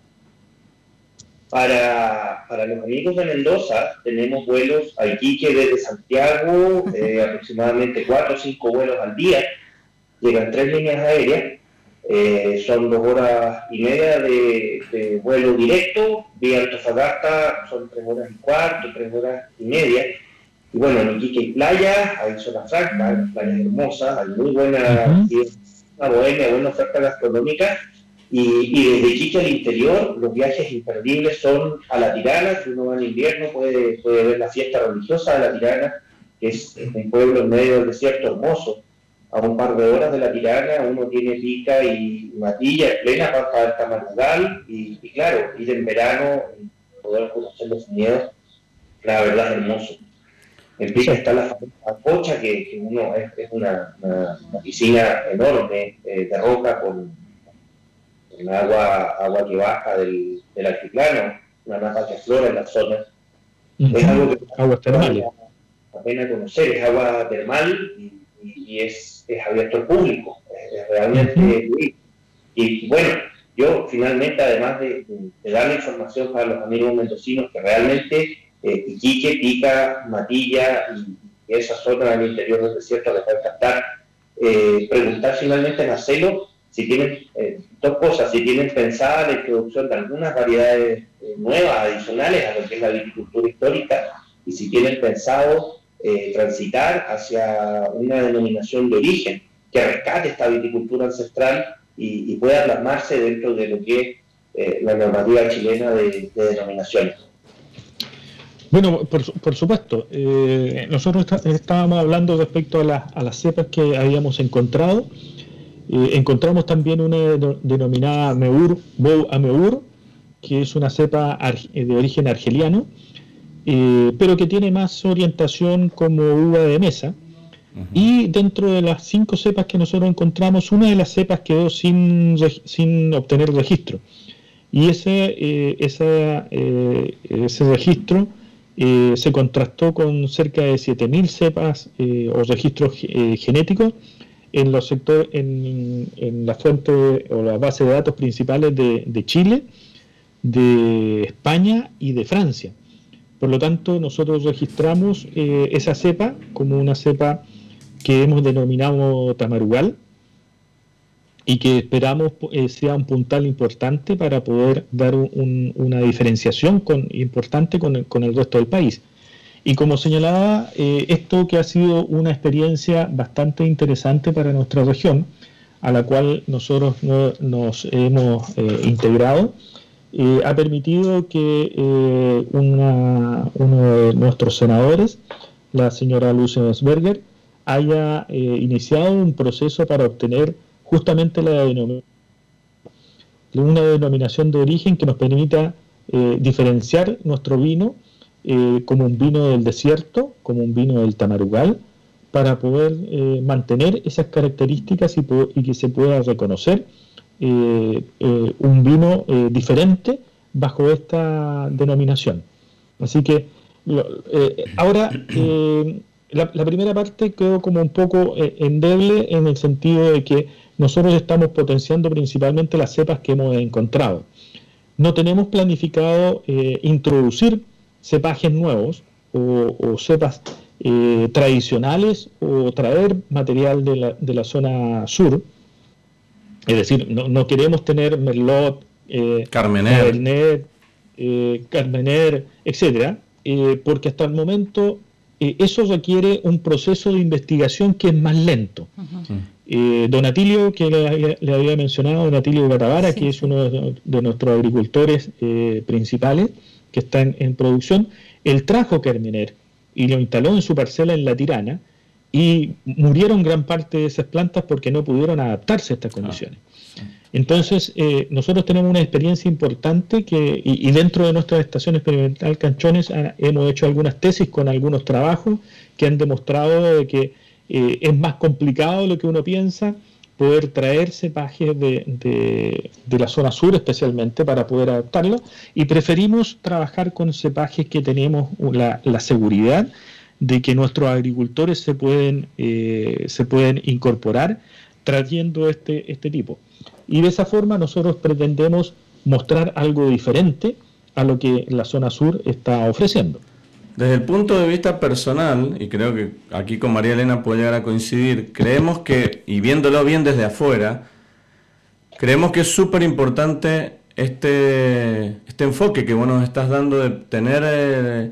Para, para los amigos de Mendoza, tenemos vuelos a Iquique desde Santiago, eh, aproximadamente cuatro o cinco vuelos al día. Llegan tres líneas aéreas, eh, son dos horas y media de, de vuelo directo. Vía Antofagasta son tres horas y cuarto, tres horas y media. Y bueno, en Iquique hay playas, hay zona franca, hay playas hermosas, hay muy buena, uh-huh. una bohemia, buena oferta gastronómica. Y, y desde Iquique al interior, los viajes imperdibles son a La Tirana. Si uno va en invierno puede, puede ver la fiesta religiosa de La Tirana, que es un pueblo en medio del desierto hermoso. A un par de horas de La Tirana uno tiene Pica y Matilla en plena Pampa del Tamarugal, y, y claro, ir en verano y poder conocer los viñedos, la verdad es hermoso. En Pica está la famosa Cocha, que, que uno es, es una, una, una piscina enorme eh, de roca con en agua, agua que baja del, del altiplano, una napa que aflora en la zona. Uh-huh. Es algo que agua termal. La pena conocer, es agua termal y, y, y es, es abierto al público, es, es realmente uh-huh. y, y bueno, yo finalmente, además de, de dar la información para los amigos mendocinos, que realmente eh, Iquique, Pica, Matilla y, y esa zona del interior del desierto les va a encantar, eh, preguntar finalmente a Marcelo si tienen eh, dos cosas, si tienen pensada la introducción de algunas variedades eh, nuevas, adicionales a lo que es la viticultura histórica, y si tienen pensado eh, transitar hacia una denominación de origen que rescate esta viticultura ancestral y, y pueda plasmarse dentro de lo que es eh, la normativa chilena de, de denominaciones. Bueno, por, por supuesto, eh, nosotros está, estábamos hablando respecto a, la, a las cepas que habíamos encontrado. Eh, encontramos también una de, denominada Meur, Bou a Meur, que es una cepa de origen argeliano, eh, pero que tiene más orientación como uva de mesa. Uh-huh. Y dentro de las cinco cepas que nosotros encontramos, una de las cepas quedó sin, sin obtener registro. Y ese, eh, esa, eh, ese registro eh, se contrastó con cerca de siete mil cepas eh, o registros eh, genéticos en los sectores, en, en la fuente o la base de datos principales de, de Chile, de España y de Francia. Por lo tanto, nosotros registramos eh, esa cepa como una cepa que hemos denominado Tamarugal y que esperamos eh, sea un puntal importante para poder dar un, una diferenciación con, importante con el, con el resto del país. Y como señalaba, eh, esto que ha sido una experiencia bastante interesante para nuestra región, a la cual nosotros no, nos hemos eh, integrado, eh, ha permitido que eh, una, uno de nuestros senadores, la señora Lucensberger, haya eh, iniciado un proceso para obtener justamente la denom- una denominación de origen que nos permita eh, diferenciar nuestro vino Eh, como un vino del desierto, como un vino del Tamarugal, para poder eh, mantener esas características y, y que se pueda reconocer eh, eh, un vino eh, diferente bajo esta denominación. Así que lo, eh, ahora eh, la, la primera parte quedó como un poco eh, endeble en el sentido de que nosotros estamos potenciando principalmente las cepas que hemos encontrado. No tenemos planificado eh, introducir cepajes nuevos o, o cepas eh, tradicionales o traer material de la, de la zona sur. Es decir, no, no queremos tener Merlot, eh, Cabernet, eh, Carmener, etcétera, eh, porque hasta el momento eh, eso requiere un proceso de investigación que es más lento. Uh-huh. Eh, Don Atilio, que le, le había mencionado, Don Atilio Gatavara, sí, que es uno de, de nuestros agricultores eh, principales, que está en, en producción, él trajo Kermener y lo instaló en su parcela en La Tirana, y murieron gran parte de esas plantas porque no pudieron adaptarse a estas condiciones. Ah, sí. Entonces, eh, nosotros tenemos una experiencia importante que, y, y dentro de nuestra estación experimental Canchones ah, hemos hecho algunas tesis con algunos trabajos que han demostrado de que eh, es más complicado de lo que uno piensa poder traer cepajes de, de, de la zona sur especialmente para poder adaptarlo, y preferimos trabajar con cepajes que tenemos la, la seguridad de que nuestros agricultores se pueden, eh, se pueden incorporar trayendo este, este tipo. Y de esa forma nosotros pretendemos mostrar algo diferente a lo que la zona sur está ofreciendo. Desde el punto de vista personal, y creo que aquí con María Elena puede llegar a coincidir, creemos que, y viéndolo bien desde afuera, creemos que es súper importante este, este enfoque que vos nos estás dando de tener eh,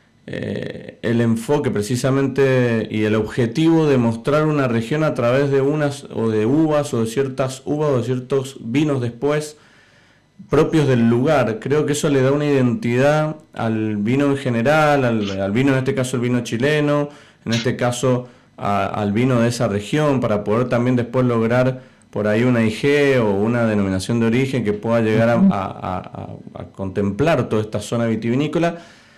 eh, el enfoque precisamente y el objetivo de mostrar una región a través de unas o de uvas o de ciertas uvas o de ciertos vinos después propios del lugar. Creo que eso le da una identidad al vino en general, al, al vino en este caso el vino chileno, en este caso a, al vino de esa región, para poder también después lograr por ahí una I G o una denominación de origen que pueda llegar a, a, a, a contemplar toda esta zona vitivinícola.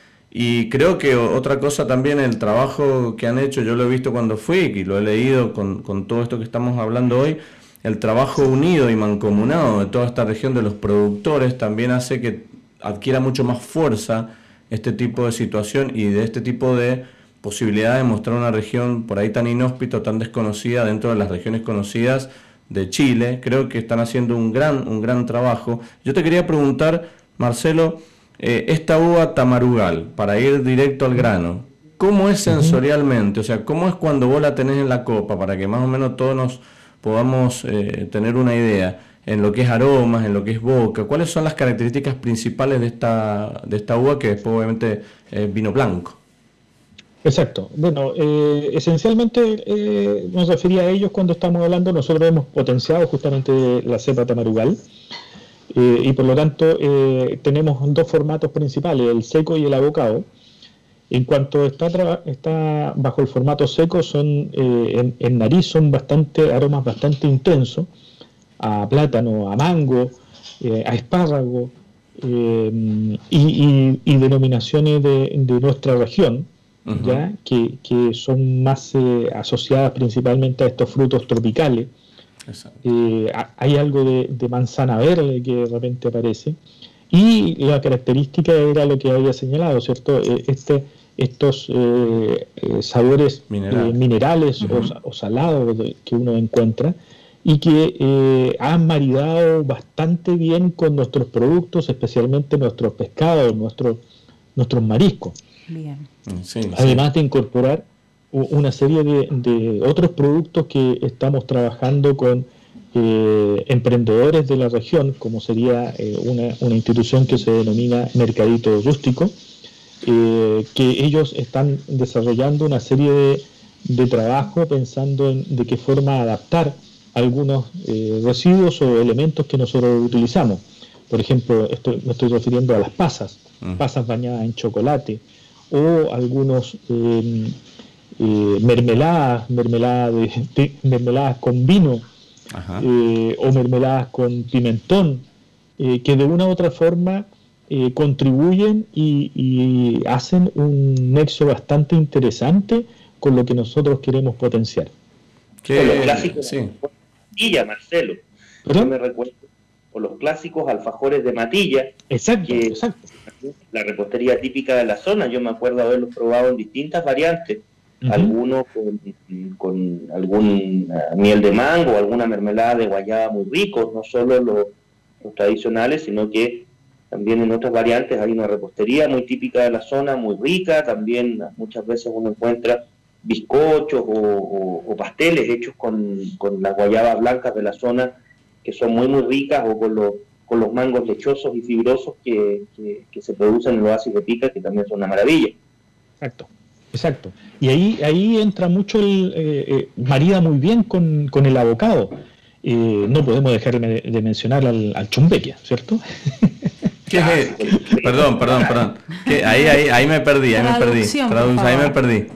Y creo que otra cosa también, el trabajo que han hecho, yo lo he visto cuando fui y lo he leído con, con todo esto que estamos hablando hoy, el trabajo unido y mancomunado de toda esta región de los productores también hace que adquiera mucho más fuerza este tipo de situación y de este tipo de posibilidad de mostrar una región por ahí tan inhóspita, tan desconocida dentro de las regiones conocidas de Chile. Creo que están haciendo un gran, un gran trabajo. Yo te quería preguntar, Marcelo, eh, esta uva Tamarugal, para ir directo al grano, ¿cómo es sensorialmente? O sea, ¿cómo es cuando vos la tenés en la copa? Para que más o menos todos nos podamos eh, tener una idea en lo que es aromas, en lo que es boca. ¿Cuáles son las características principales de esta, de esta uva, que después obviamente es vino blanco? Exacto. Bueno, eh, esencialmente eh, nos refería a ellos cuando estamos hablando. Nosotros hemos potenciado justamente la cepa Tamarugal eh, y por lo tanto eh, tenemos dos formatos principales, el seco y el abocado. En cuanto está, está bajo el formato seco, son eh, en, en nariz son bastante aromas bastante intensos, a plátano, a mango, eh, a espárrago eh, y, y, y denominaciones de, de nuestra región, uh-huh. ya que, que son más eh, asociadas principalmente a estos frutos tropicales. Eh, hay algo de, de manzana verde que de repente aparece. Y la característica era lo que había señalado, ¿cierto? Este, estos eh, eh, sabores Mineral. eh, minerales uh-huh. o, o salados de, que uno encuentra y que eh, han maridado bastante bien con nuestros productos, especialmente nuestros pescados, nuestros, nuestros mariscos. Bien. Sí, sí. Además de incorporar una serie de, de otros productos que estamos trabajando con Eh, emprendedores de la región, como sería eh, una, una institución que se denomina Mercadito Rústico, eh, que ellos están desarrollando una serie de, de trabajo pensando en de qué forma adaptar algunos eh, residuos o elementos que nosotros utilizamos. Por ejemplo, esto, me estoy refiriendo a las pasas, mm. pasas bañadas en chocolate, o algunos eh, eh, mermeladas, mermeladas, de, de, mermeladas con vino, Eh, o mermeladas con pimentón, eh, que de una u otra forma eh, contribuyen y, y hacen un nexo bastante interesante con lo que nosotros queremos potenciar. ¿Qué? Con los clásicos sí. Matilla, Marcelo. Yo me recuerdo por los clásicos alfajores de Matilla. Exacto, que exacto. La repostería típica de la zona. Yo me acuerdo haberlos probado en distintas variantes. Uh-huh. Algunos con, con algún uh, miel de mango, alguna mermelada de guayaba muy ricos, no solo los, los tradicionales, sino que también en otras variantes hay una repostería muy típica de la zona, muy rica. También muchas veces uno encuentra bizcochos o, o, o pasteles hechos con, con las guayabas blancas de la zona, que son muy muy ricas, o con, lo, con los mangos lechosos y fibrosos que, que, que se producen en el oasis de Pica, que también son una maravilla. Exacto. exacto. Y ahí, ahí entra mucho, el, eh, eh, marida muy bien con, con el abocado. Eh, no podemos dejar de, de mencionar al, al chumbeque, ¿cierto? ¿Qué es? ¿Qué? Perdón, perdón, perdón. ¿Qué? Ahí, ahí, ahí me perdí, ahí me perdí. Traduc- ahí me perdí.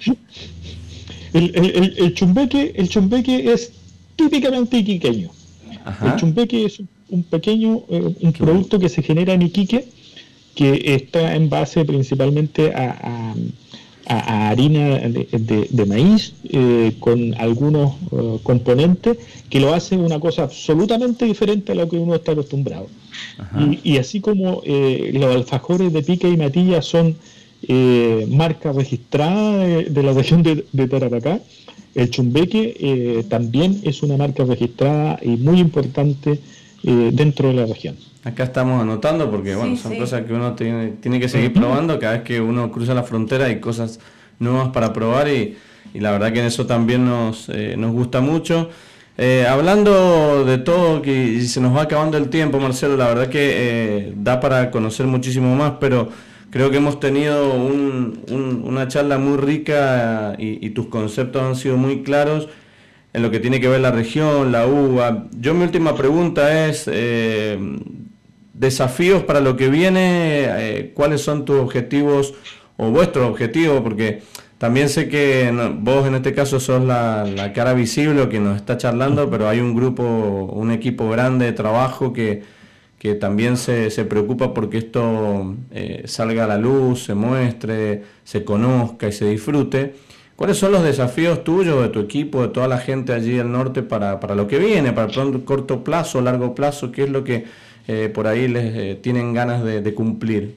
El, el, el, el chumbeque, el chumbeque es típicamente iquiqueño. Ajá. El chumbeque es un pequeño, eh, un producto que se genera en Iquique, que está en base principalmente a, a, a harina de, de, de maíz, eh, con algunos uh, componentes que lo hacen una cosa absolutamente diferente a lo que uno está acostumbrado. Y, y así como eh, los alfajores de Pica y Matilla son eh, marca registrada de, de la región de, de Tarapacá, el chumbeque eh, también es una marca registrada y muy importante eh, dentro de la región. Acá estamos anotando porque bueno, sí, son sí. cosas que uno tiene, tiene que seguir probando. Cada vez que uno cruza la frontera hay cosas nuevas para probar y, y la verdad que en eso también nos, eh, nos gusta mucho. Eh, hablando de todo, que se nos va acabando el tiempo, Marcelo, la verdad que eh, da para conocer muchísimo más, pero creo que hemos tenido un, un, una charla muy rica y, y tus conceptos han sido muy claros en lo que tiene que ver la región, la uva. Yo mi última pregunta es, eh, desafíos para lo que viene, eh, ¿cuáles son tus objetivos o vuestros objetivos? Porque también sé que no, vos en este caso sos la, la cara visible que nos está charlando, pero hay un grupo, un equipo grande de trabajo que, que también se, se preocupa porque esto eh, salga a la luz, se muestre, se conozca y se disfrute. ¿Cuáles son los desafíos tuyos, de tu equipo, de toda la gente allí al norte para, para lo que viene, para el corto plazo, largo plazo? ¿Qué es lo que eh, por ahí les eh, tienen ganas de, de cumplir?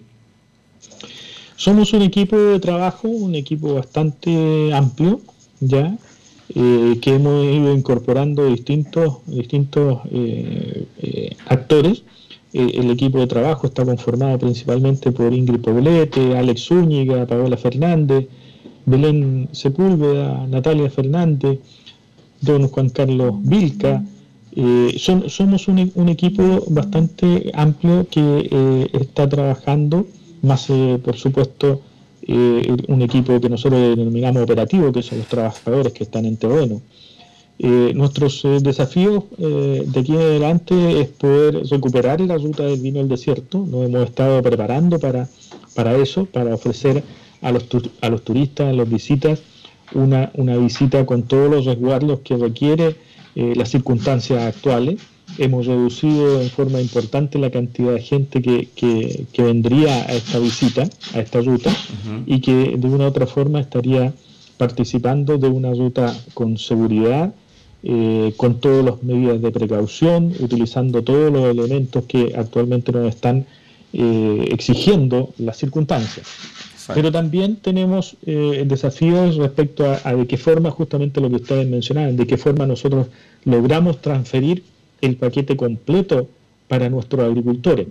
Somos un equipo de trabajo, un equipo bastante amplio, ya, eh, que hemos ido incorporando distintos, distintos eh, eh, actores. Eh, el equipo de trabajo está conformado principalmente por Ingrid Poblete, Alex Zúñiga, Paola Fernández, Belén Sepúlveda, Natalia Fernández, don Juan Carlos Vilca. Eh, son, somos un, un equipo bastante amplio que eh, está trabajando, más eh, por supuesto eh, un equipo que nosotros denominamos operativo, que son los trabajadores que están en terreno. Eh, nuestros eh, desafíos eh, de aquí en adelante es poder recuperar la ruta del vino del desierto. Nos hemos estado preparando para, para eso, para ofrecer a los, tu, a los turistas, a los visitas, una, una visita con todos los resguardos que requiere eh, las circunstancias actuales. Hemos reducido en forma importante la cantidad de gente que, que, que vendría a esta visita, a esta ruta, uh-huh. y que de una u otra forma estaría participando de una ruta con seguridad, eh, con todas las medidas de precaución, utilizando todos los elementos que actualmente nos están eh, exigiendo las circunstancias. Exacto. Pero también tenemos eh, desafíos respecto a, a de qué forma, justamente lo que ustedes mencionaban, de qué forma nosotros logramos transferir el paquete completo para nuestros agricultores.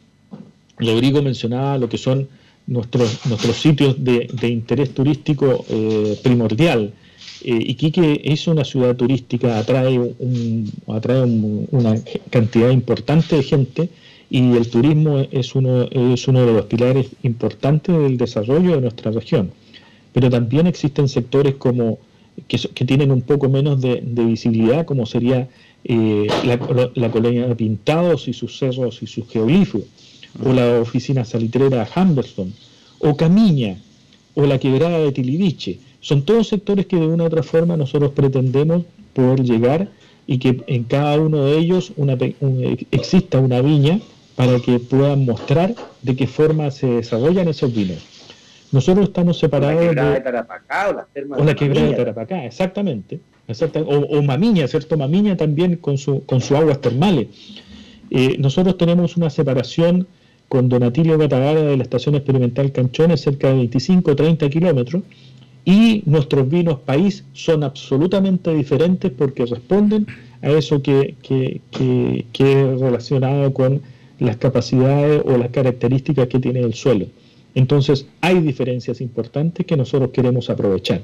Rodrigo mencionaba lo que son nuestros, nuestros sitios de, de interés turístico eh, primordial. Eh, Iquique es una ciudad turística, atrae, un, atrae un, una cantidad importante de gente y el turismo es uno, es uno de los pilares importantes del desarrollo de nuestra región. Pero también existen sectores como que, que tienen un poco menos de, de visibilidad, como sería Eh, la, la colonia de Pintados y sus cerros y sus geoglifos, o la oficina salitrera Humberston, o Camiña, o la quebrada de Tiliviche. Son todos sectores que de una u otra forma nosotros pretendemos poder llegar y que en cada uno de ellos una, un, exista una viña para que puedan mostrar de qué forma se desarrollan esos vinos. Nosotros estamos separados o la quebrada de, de Tarapacá o las termas o la quebrada de Tarapacá, exactamente. Exacto, o, o Mamiña, ¿cierto? Mamiña también con su con sus aguas termales. Eh, nosotros tenemos una separación con Don Atilio Catagara de la Estación Experimental Canchones, cerca de veinticinco a treinta kilómetros, y nuestros vinos país son absolutamente diferentes porque responden a eso que, que, que, que es relacionado con las capacidades o las características que tiene el suelo. Entonces hay diferencias importantes que nosotros queremos aprovechar.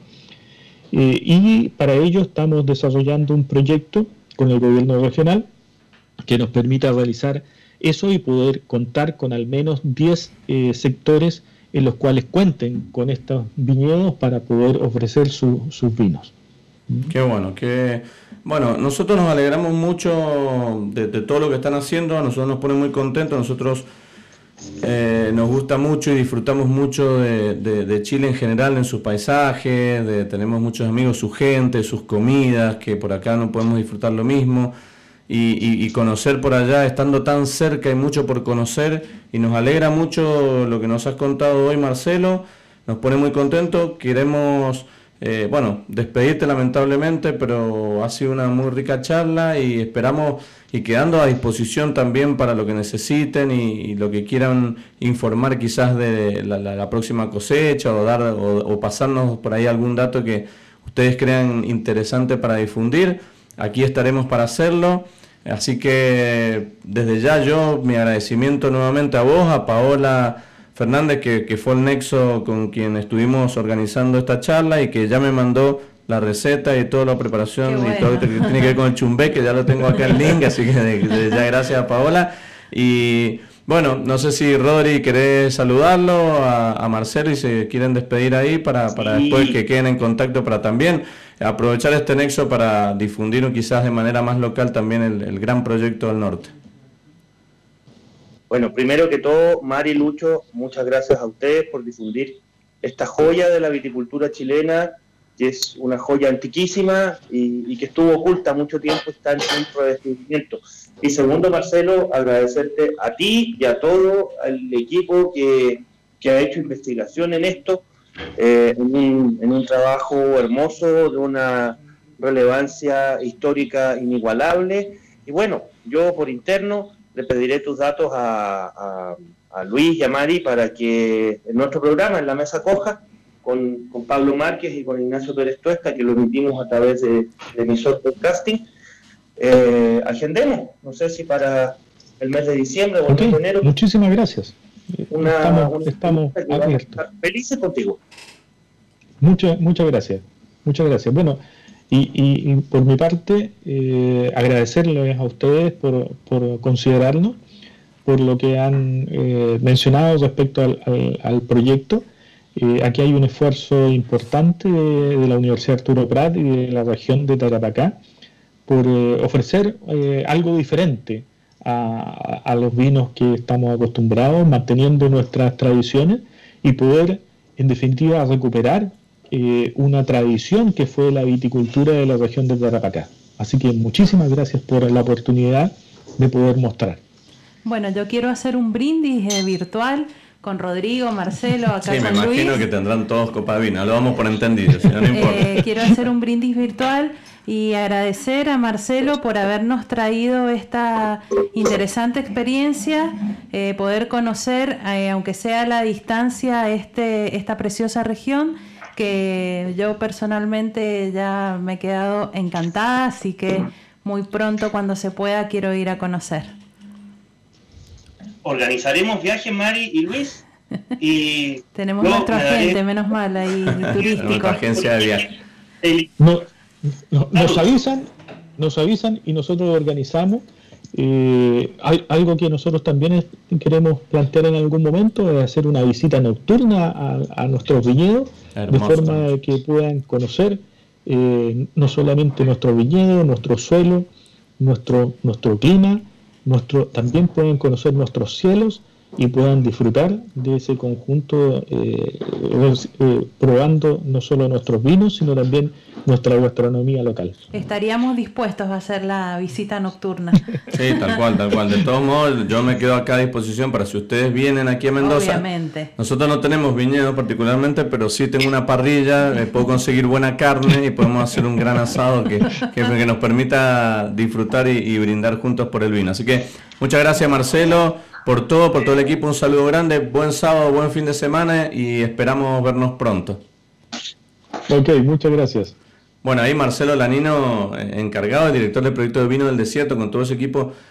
Eh, y para ello estamos desarrollando un proyecto con el gobierno regional que nos permita realizar eso y poder contar con al menos diez eh, sectores en los cuales cuenten con estos viñedos para poder ofrecer su, sus vinos. Qué bueno, que bueno, nosotros nos alegramos mucho de, de todo lo que están haciendo, a nosotros nos pone muy contentos, nosotros eh, nos gusta mucho y disfrutamos mucho de, de, de Chile en general, en sus paisajes, de, tenemos muchos amigos, su gente, sus comidas, que por acá no podemos disfrutar lo mismo, y, y, y conocer por allá, estando tan cerca, hay mucho por conocer, y nos alegra mucho lo que nos has contado hoy, Marcelo, nos pone muy contentos, queremos... Eh, bueno, despedirte lamentablemente, pero ha sido una muy rica charla y esperamos y quedando a disposición también para lo que necesiten y, y lo que quieran informar quizás de la, la, la próxima cosecha o dar o, o pasarnos por ahí algún dato que ustedes crean interesante para difundir. Aquí estaremos para hacerlo. Así que desde ya yo mi agradecimiento nuevamente a vos, a Paola Fernández, que, que fue el nexo con quien estuvimos organizando esta charla y que ya me mandó la receta y toda la preparación. Qué bueno. Y todo lo que tiene que ver con el chumbé, que ya lo tengo acá en link, así que de, de ya gracias a Paola. Y bueno, no sé si Rodri querés saludarlo, a, a Marcelo, y se quieren despedir ahí para, para sí. Después que queden en contacto para también aprovechar este nexo para difundir quizás de manera más local también el, el gran proyecto del norte. Bueno, primero que todo, Mari, Lucho, muchas gracias a ustedes por difundir esta joya de la viticultura chilena, que es una joya antiquísima y, y que estuvo oculta mucho tiempo, está en centro de descubrimiento. Y segundo, Marcelo, agradecerte a ti y a todo el equipo que, que ha hecho investigación en esto, eh, en, un, en un trabajo hermoso, de una relevancia histórica inigualable. Y bueno, yo por interno le pediré tus datos a, a, a Luis y a Mari para que en nuestro programa, en La Mesa Coja, con, con Pablo Márquez y con Ignacio Pérez Tuesta, que lo emitimos a través de, de emisor podcasting, eh, agendemos, no sé si para el mes de diciembre o el okay. mes de enero. Muchísimas gracias. Una, estamos una estamos abiertos. Felices contigo. Muchas, muchas gracias. Muchas gracias. Bueno, Y, y, y por mi parte, eh, agradecerles a ustedes por, por considerarnos, por lo que han eh, mencionado respecto al, al, al proyecto. Eh, aquí hay un esfuerzo importante de, de la Universidad Arturo Prat y de la región de Tarapacá por eh, ofrecer eh, algo diferente a, a los vinos que estamos acostumbrados, manteniendo nuestras tradiciones y poder, en definitiva, recuperar Eh, una tradición que fue la viticultura de la región de Tarapacá. Así que muchísimas gracias por la oportunidad de poder mostrar. Bueno, yo quiero hacer un brindis eh, virtual con Rodrigo, Marcelo, acá sí, con me imagino Luis. Que tendrán todos copa de vino, lo vamos por entendido, si no, no importa. Eh, quiero hacer un brindis virtual y agradecer a Marcelo por habernos traído esta interesante experiencia, eh, poder conocer, eh, aunque sea a la distancia, este, esta preciosa región, que yo personalmente ya me he quedado encantada, así que muy pronto, cuando se pueda, quiero ir a conocer. Organizaremos viajes, Mari y Luis. Y tenemos nuestro agente, daré... menos mal, ahí turístico. Nuestra agencia de viaje. No, no, nos avisan, nos avisan y nosotros organizamos. Eh, hay, algo que nosotros también queremos plantear en algún momento es hacer una visita nocturna a, a nuestros viñedos. Hermoso. De forma de que puedan conocer eh, no solamente nuestro viñedo, nuestro suelo, nuestro, nuestro clima, nuestro, también pueden conocer nuestros cielos y puedan disfrutar de ese conjunto, eh, eh, probando no solo nuestros vinos, sino también nuestra gastronomía local. Estaríamos dispuestos a hacer la visita nocturna. Sí, tal cual, tal cual. De todos modos, yo me quedo acá a disposición para si ustedes vienen aquí a Mendoza. Obviamente. Nosotros no tenemos viñedos particularmente, pero sí tengo una parrilla, eh, puedo conseguir buena carne y podemos hacer un gran asado que, que, que nos permita disfrutar y, y brindar juntos por el vino. Así que muchas gracias, Marcelo, por todo, por todo el equipo. Un saludo grande, buen sábado, buen fin de semana y esperamos vernos pronto. Ok, muchas gracias. Bueno, ahí Marcelo Lanino, encargado, el director del proyecto de Vino del Desierto, con todo ese equipo,